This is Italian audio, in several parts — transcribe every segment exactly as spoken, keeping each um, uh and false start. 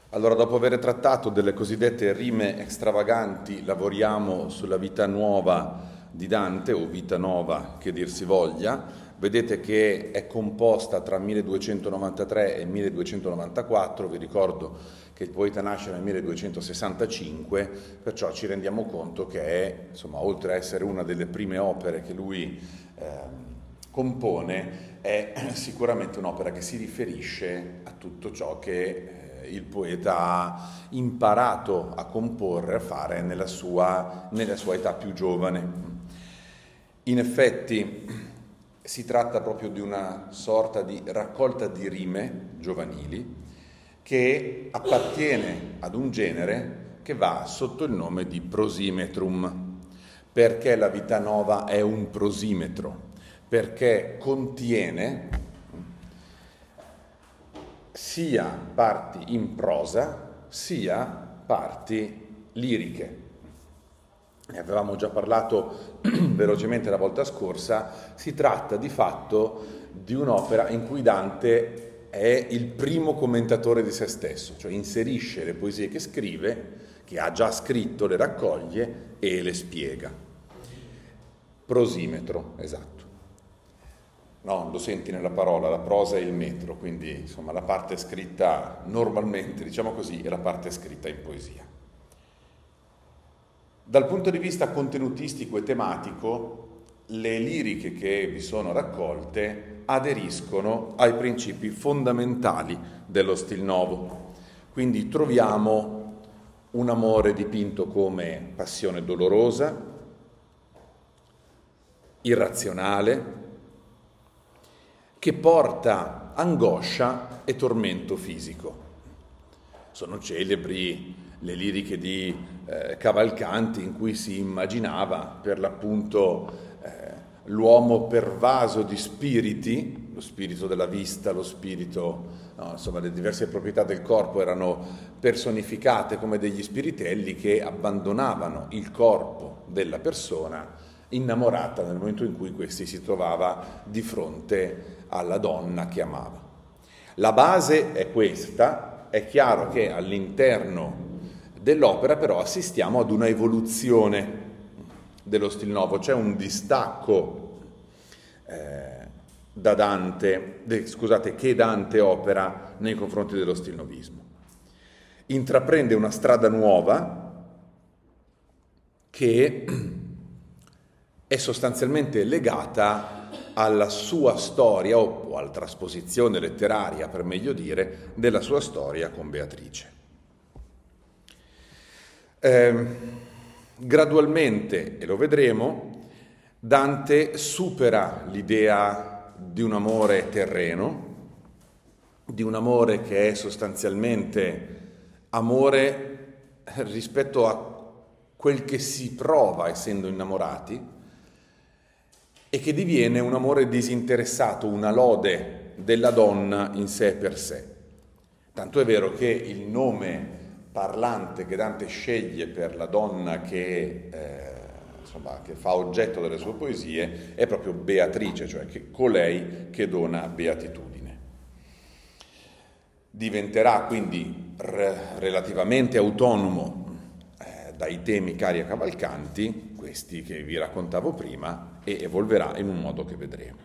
Allora, dopo aver trattato delle cosiddette rime extravaganti, lavoriamo sulla vita nuova di Dante, o vita nova che dir si voglia. Vedete che è composta tra milleduecentonovantatré e milleduecentonovantaquattro, vi ricordo che il poeta nasce nel milleduecentosessantacinque, perciò ci rendiamo conto che è, insomma, oltre a essere una delle prime opere che lui eh, compone, è sicuramente un'opera che si riferisce a tutto ciò che il poeta ha imparato a comporre, a fare nella sua, nella sua età più giovane. In effetti si tratta proprio di una sorta di raccolta di rime giovanili che appartiene ad un genere che va sotto il nome di prosimetrum. Perché la Vita Nova è un prosimetro? Perché contiene sia parti in prosa, sia parti liriche. Ne avevamo già parlato velocemente la volta scorsa. Si tratta di fatto di un'opera in cui Dante è il primo commentatore di se stesso, cioè inserisce le poesie che scrive, che ha già scritto, le raccoglie e le spiega. Prosimetro, esatto. No, lo senti nella parola, la prosa è il metro, quindi insomma la parte scritta normalmente, diciamo così, è la parte scritta in poesia. Dal punto di vista contenutistico e tematico, le liriche che vi sono raccolte aderiscono ai principi fondamentali dello Stil Novo. Quindi troviamo un amore dipinto come passione dolorosa, irrazionale, che porta angoscia e tormento fisico. Sono celebri le liriche di eh, Cavalcanti, in cui si immaginava per l'appunto eh, l'uomo pervaso di spiriti, lo spirito della vista, lo spirito, no, insomma le diverse proprietà del corpo erano personificate come degli spiritelli che abbandonavano il corpo della persona innamorata nel momento in cui questi si trovava di fronte alla donna che amava. La base è questa. È chiaro che all'interno dell'opera però assistiamo ad una evoluzione dello Stil Novo, c'è un distacco eh, da Dante, de, scusate, che Dante opera nei confronti dello Stil Novismo. Intraprende una strada nuova che è sostanzialmente legata alla sua storia, o alla trasposizione letteraria, per meglio dire, della sua storia con Beatrice. Eh, gradualmente, e lo vedremo, Dante supera l'idea di un amore terreno, di un amore che è sostanzialmente amore rispetto a quel che si prova essendo innamorati, e che diviene un amore disinteressato, una lode della donna in sé per sé. Tanto è vero che il nome parlante che Dante sceglie per la donna che, eh, insomma, che fa oggetto delle sue poesie è proprio Beatrice, cioè che colei che dona beatitudine. Diventerà quindi re- relativamente autonomo eh, dai temi cari a Cavalcanti, questi che vi raccontavo prima, e evolverà in un modo che vedremo.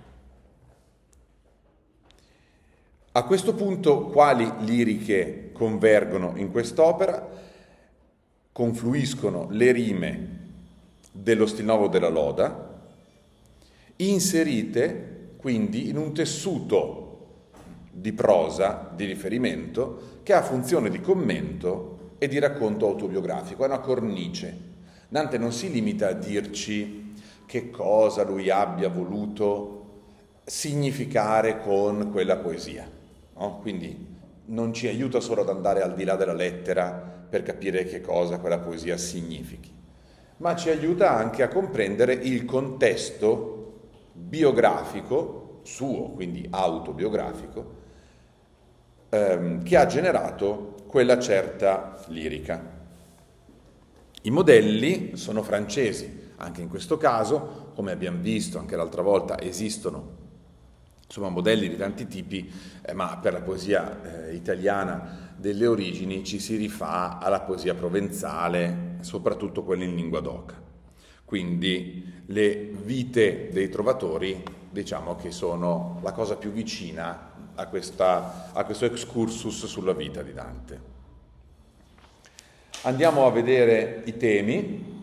A questo punto, quali liriche convergono in quest'opera? Confluiscono le rime dello Stil Novo della Loda, inserite quindi in un tessuto di prosa di riferimento che ha funzione di commento e di racconto autobiografico, è una cornice. Dante non si limita a dirci che cosa lui abbia voluto significare con quella poesia, no? Quindi non ci aiuta solo ad andare al di là della lettera per capire che cosa quella poesia significhi, ma ci aiuta anche a comprendere il contesto biografico suo, quindi autobiografico, ehm, che ha generato quella certa lirica. I modelli sono francesi. Anche in questo caso, come abbiamo visto anche l'altra volta, esistono insomma modelli di tanti tipi, eh, ma per la poesia eh, italiana delle origini ci si rifà alla poesia provenzale, soprattutto quella in lingua d'oca. Quindi le vite dei trovatori, diciamo che sono la cosa più vicina a, questa, a questo excursus sulla vita di Dante. Andiamo a vedere i temi.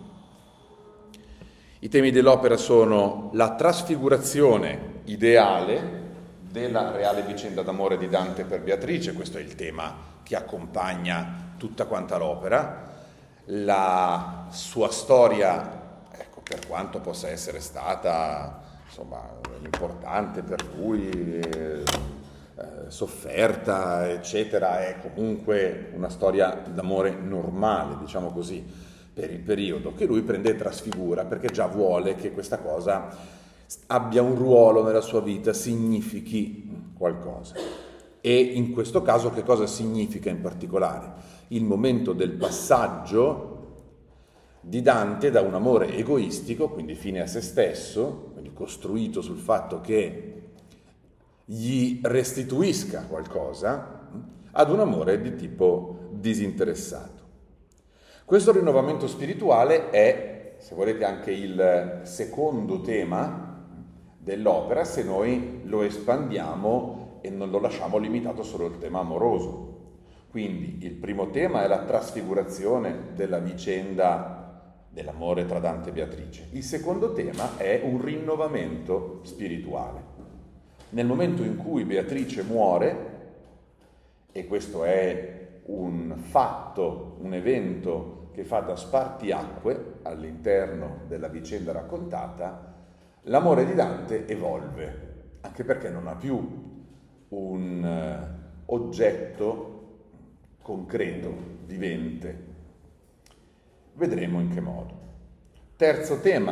I temi dell'opera sono la trasfigurazione ideale della reale vicenda d'amore di Dante per Beatrice, questo è il tema che accompagna tutta quanta l'opera, la sua storia, ecco, per quanto possa essere stata insomma importante per lui, eh, eh, sofferta, eccetera, è comunque una storia d'amore normale, diciamo così, per il periodo, che lui prende e trasfigura perché già vuole che questa cosa abbia un ruolo nella sua vita, significhi qualcosa. E in questo caso che cosa significa in particolare? Il momento del passaggio di Dante da un amore egoistico, quindi fine a se stesso, quindi costruito sul fatto che gli restituisca qualcosa, ad un amore di tipo disinteressato. Questo rinnovamento spirituale è, se volete, anche il secondo tema dell'opera, se noi lo espandiamo e non lo lasciamo limitato solo al tema amoroso. Quindi il primo tema è la trasfigurazione della vicenda dell'amore tra Dante e Beatrice. Il secondo tema è un rinnovamento spirituale. Nel momento in cui Beatrice muore, e questo è un fatto, un evento che fa da spartiacque all'interno della vicenda raccontata, l'amore di Dante evolve, anche perché non ha più un oggetto concreto, vivente. Vedremo in che modo. Terzo tema.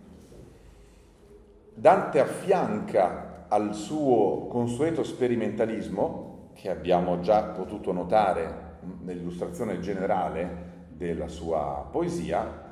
Dante affianca al suo consueto sperimentalismo, che abbiamo già potuto notare nell'illustrazione generale della sua poesia,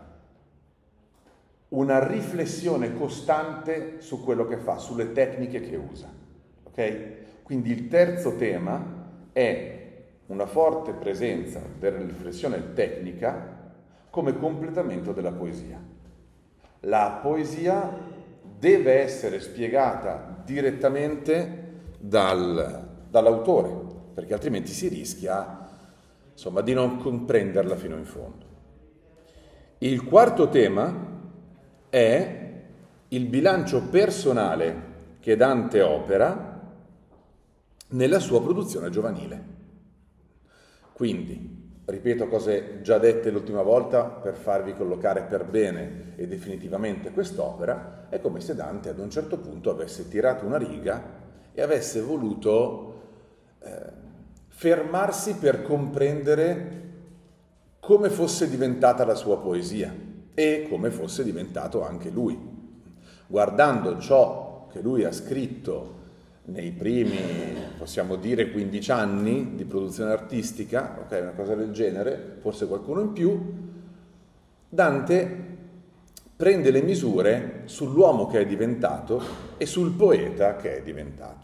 una riflessione costante su quello che fa, sulle tecniche che usa. Ok? Quindi il terzo tema è una forte presenza della riflessione tecnica come completamento della poesia. La poesia deve essere spiegata direttamente dal, dall'autore, perché altrimenti si rischia insomma di non comprenderla fino in fondo. Il quarto tema è il bilancio personale che Dante opera nella sua produzione giovanile. Quindi, ripeto cose già dette l'ultima volta per farvi collocare per bene e definitivamente quest'opera, è come se Dante ad un certo punto avesse tirato una riga e avesse voluto eh, fermarsi per comprendere come fosse diventata la sua poesia e come fosse diventato anche lui. Guardando ciò che lui ha scritto nei primi, possiamo dire, quindici anni di produzione artistica, ok, una cosa del genere, forse qualcuno in più, Dante prende le misure sull'uomo che è diventato e sul poeta che è diventato.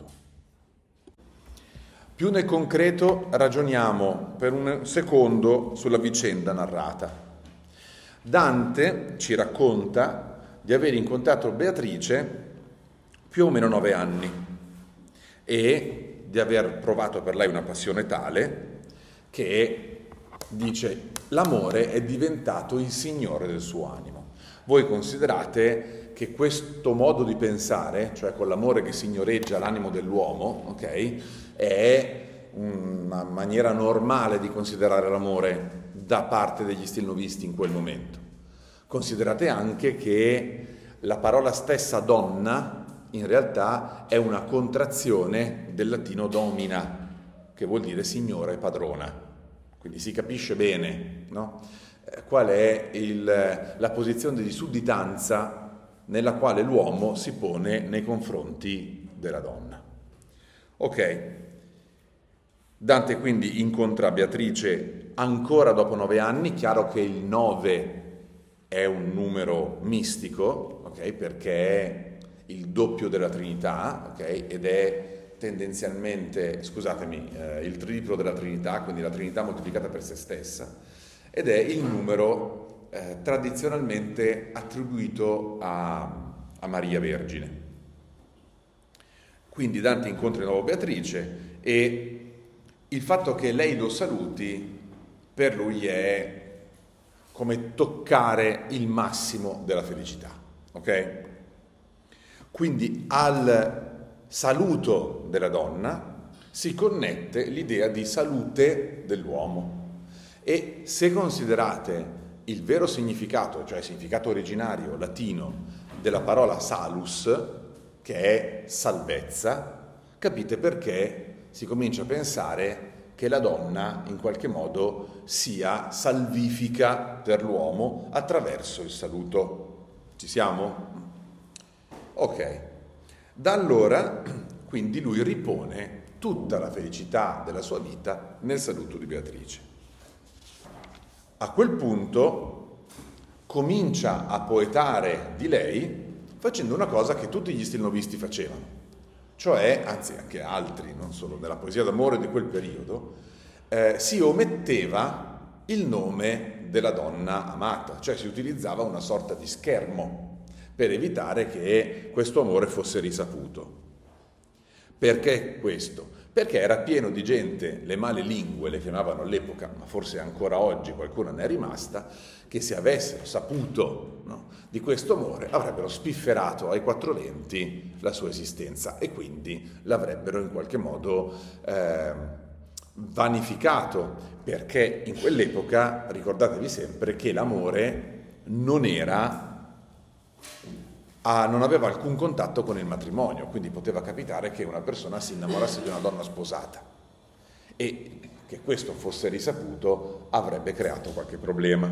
Più nel concreto ragioniamo per un secondo sulla vicenda narrata. Dante ci racconta di aver incontrato Beatrice più o meno nove anni e di aver provato per lei una passione tale che, dice, l'amore è diventato il signore del suo animo. Voi considerate che questo modo di pensare, cioè con l'amore che signoreggia l'animo dell'uomo, ok, è una maniera normale di considerare l'amore da parte degli stilnovisti in quel momento. Considerate anche che la parola stessa donna in realtà è una contrazione del latino domina, che vuol dire signora e padrona. Quindi si capisce bene, no? eh, qual è il, la posizione di sudditanza nella quale l'uomo si pone nei confronti della donna. Ok, Dante quindi incontra Beatrice ancora dopo nove anni, chiaro che il nove è un numero mistico, ok, perché è il doppio della Trinità, ok, ed è tendenzialmente, scusatemi, eh, il triplo della Trinità, quindi la Trinità moltiplicata per se stessa, ed è il numero eh, tradizionalmente attribuito a, a Maria Vergine. Quindi Dante incontra di nuovo Beatrice e il fatto che lei lo saluti per lui è come toccare il massimo della felicità, ok? Quindi al saluto della donna si connette l'idea di salute dell'uomo e se considerate il vero significato, cioè il significato originario latino della parola salus, che è salvezza, capite perché si comincia a pensare che la donna in qualche modo sia salvifica per l'uomo attraverso il saluto. Ci siamo? Ok. Da allora, quindi, lui ripone tutta la felicità della sua vita nel saluto di Beatrice. A quel punto comincia a poetare di lei facendo una cosa che tutti gli stilnovisti facevano, cioè, anzi anche altri, non solo della poesia d'amore di quel periodo, eh, si ometteva il nome della donna amata, cioè si utilizzava una sorta di schermo per evitare che questo amore fosse risaputo. Perché questo? Perché era pieno di gente, le male lingue le chiamavano all'epoca, ma forse ancora oggi qualcuna ne è rimasta, che se avessero saputo, no, di questo amore avrebbero spifferato ai quattro venti la sua esistenza e quindi l'avrebbero in qualche modo eh, vanificato, perché in quell'epoca ricordatevi sempre che l'amore non era Ah, non aveva alcun contatto con il matrimonio, quindi poteva capitare che una persona si innamorasse di una donna sposata e che questo fosse risaputo avrebbe creato qualche problema.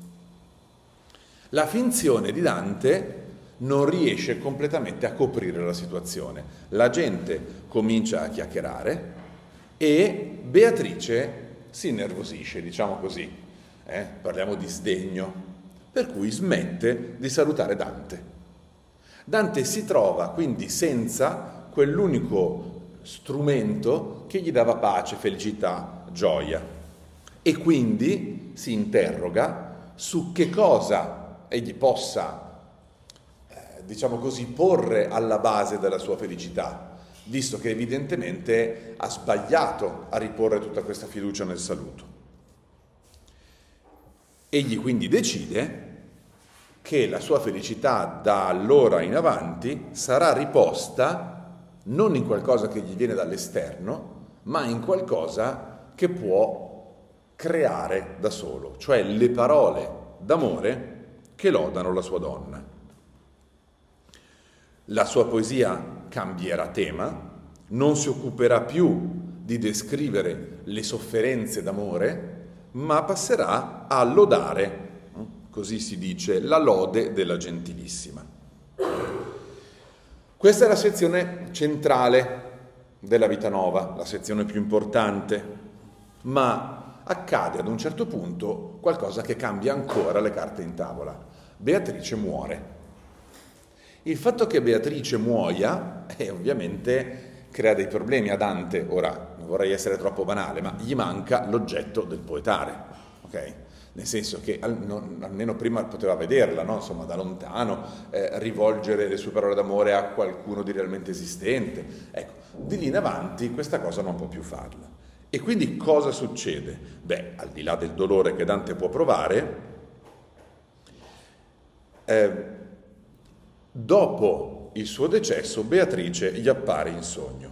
La finzione di Dante non riesce completamente a coprire la situazione. La gente comincia a chiacchierare e Beatrice si innervosisce, diciamo così, eh? Parliamo di sdegno, per cui smette di salutare Dante. Dante si trova quindi senza quell'unico strumento che gli dava pace, felicità, gioia e quindi si interroga su che cosa egli possa, eh, diciamo così, porre alla base della sua felicità, visto che evidentemente ha sbagliato a riporre tutta questa fiducia nel saluto. Egli quindi decide che la sua felicità da allora in avanti sarà riposta non in qualcosa che gli viene dall'esterno, ma in qualcosa che può creare da solo, cioè le parole d'amore che lodano la sua donna. La sua poesia cambierà tema, non si occuperà più di descrivere le sofferenze d'amore, ma passerà a lodare, così si dice, la lode della gentilissima. Questa è la sezione centrale della Vita Nova, la sezione più importante, ma accade ad un certo punto qualcosa che cambia ancora le carte in tavola. Beatrice muore. Il fatto che Beatrice muoia eh, ovviamente crea dei problemi a Dante. Ora, non vorrei essere troppo banale, ma gli manca l'oggetto del poetare, ok? Nel senso che al, non, almeno prima poteva vederla, no? Insomma, da lontano, eh, rivolgere le sue parole d'amore a qualcuno di realmente esistente. Ecco, di lì in avanti questa cosa non può più farla. E quindi cosa succede? Beh, al di là del dolore che Dante può provare, eh, dopo il suo decesso Beatrice gli appare in sogno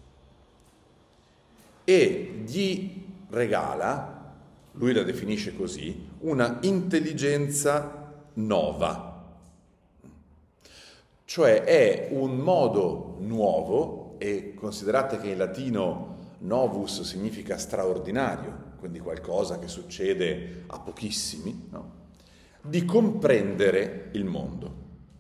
e gli regala, lui la definisce così, una intelligenza nova. Cioè è un modo nuovo, e considerate che in latino novus significa straordinario, quindi qualcosa che succede a pochissimi, no? Di comprendere il mondo.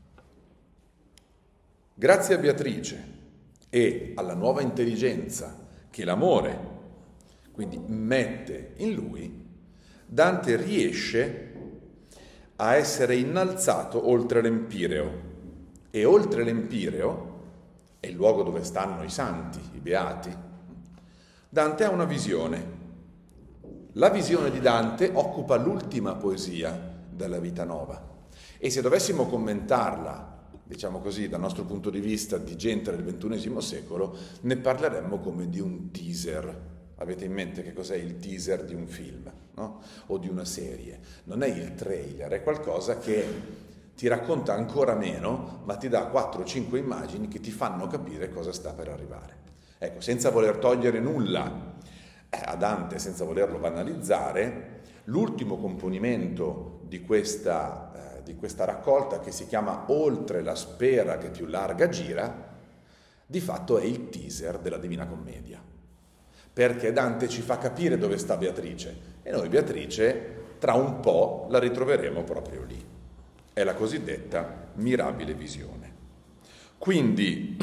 Grazie a Beatrice e alla nuova intelligenza che l'amore quindi mette in lui, Dante riesce a essere innalzato oltre l'empireo, e oltre l'empireo è il luogo dove stanno i santi, i beati. Dante ha una visione. La visione di Dante occupa l'ultima poesia della Vita Nova e se dovessimo commentarla, diciamo così, dal nostro punto di vista di gente del ventunesimo secolo, ne parleremmo come di un teaser. Avete in mente che cos'è il teaser di un film, no? O di una serie? Non è il trailer, è qualcosa che ti racconta ancora meno, ma ti dà quattro o cinque immagini che ti fanno capire cosa sta per arrivare. Ecco, senza voler togliere nulla a Dante, senza volerlo banalizzare, l'ultimo componimento di questa, eh, di questa raccolta, che si chiama Oltre la spera che più larga gira, di fatto è il teaser della Divina Commedia, perché Dante ci fa capire dove sta Beatrice e noi Beatrice tra un po' la ritroveremo proprio lì. È la cosiddetta mirabile visione. Quindi,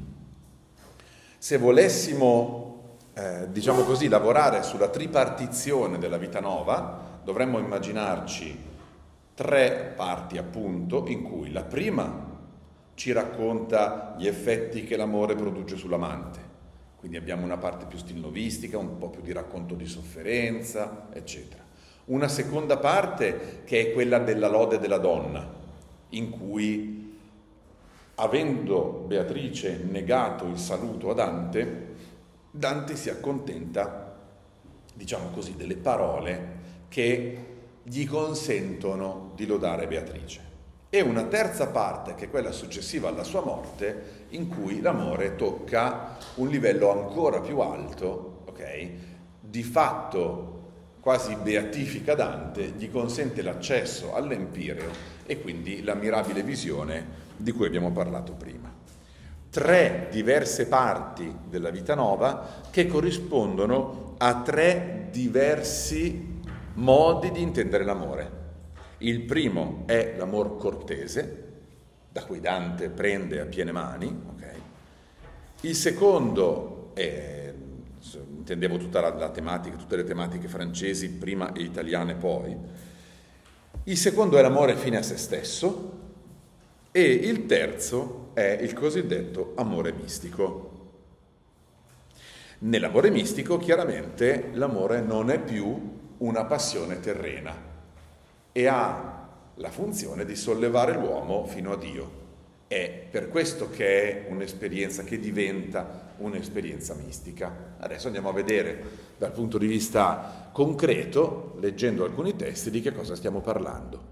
se volessimo Eh, diciamo così, lavorare sulla tripartizione della Vita Nova, dovremmo immaginarci tre parti appunto, in cui la prima ci racconta gli effetti che l'amore produce sull'amante, quindi abbiamo una parte più stilnovistica, un po' più di racconto di sofferenza, eccetera. Una seconda parte che è quella della lode della donna, in cui, avendo Beatrice negato il saluto a Dante, Dante si accontenta, diciamo così, delle parole che gli consentono di lodare Beatrice. E una terza parte, che è quella successiva alla sua morte, in cui l'amore tocca un livello ancora più alto, ok? Di fatto quasi beatifica Dante, gli consente l'accesso all'empireo e quindi la mirabile visione di cui abbiamo parlato prima. Tre diverse parti della Vita Nova che corrispondono a tre diversi modi di intendere l'amore. Il primo è l'amor cortese, da cui Dante prende a piene mani, okay? Il secondo è, intendevo tutta la, la tematica, tutte le tematiche francesi prima e italiane poi. Il secondo è l'amore fine a se stesso e il terzo è il cosiddetto amore mistico. Nell'amore mistico, chiaramente, l'amore non è più una passione terrena e ha la funzione di sollevare l'uomo fino a Dio. È per questo che è un'esperienza che diventa un'esperienza mistica. Adesso andiamo a vedere dal punto di vista concreto, leggendo alcuni testi, di che cosa stiamo parlando.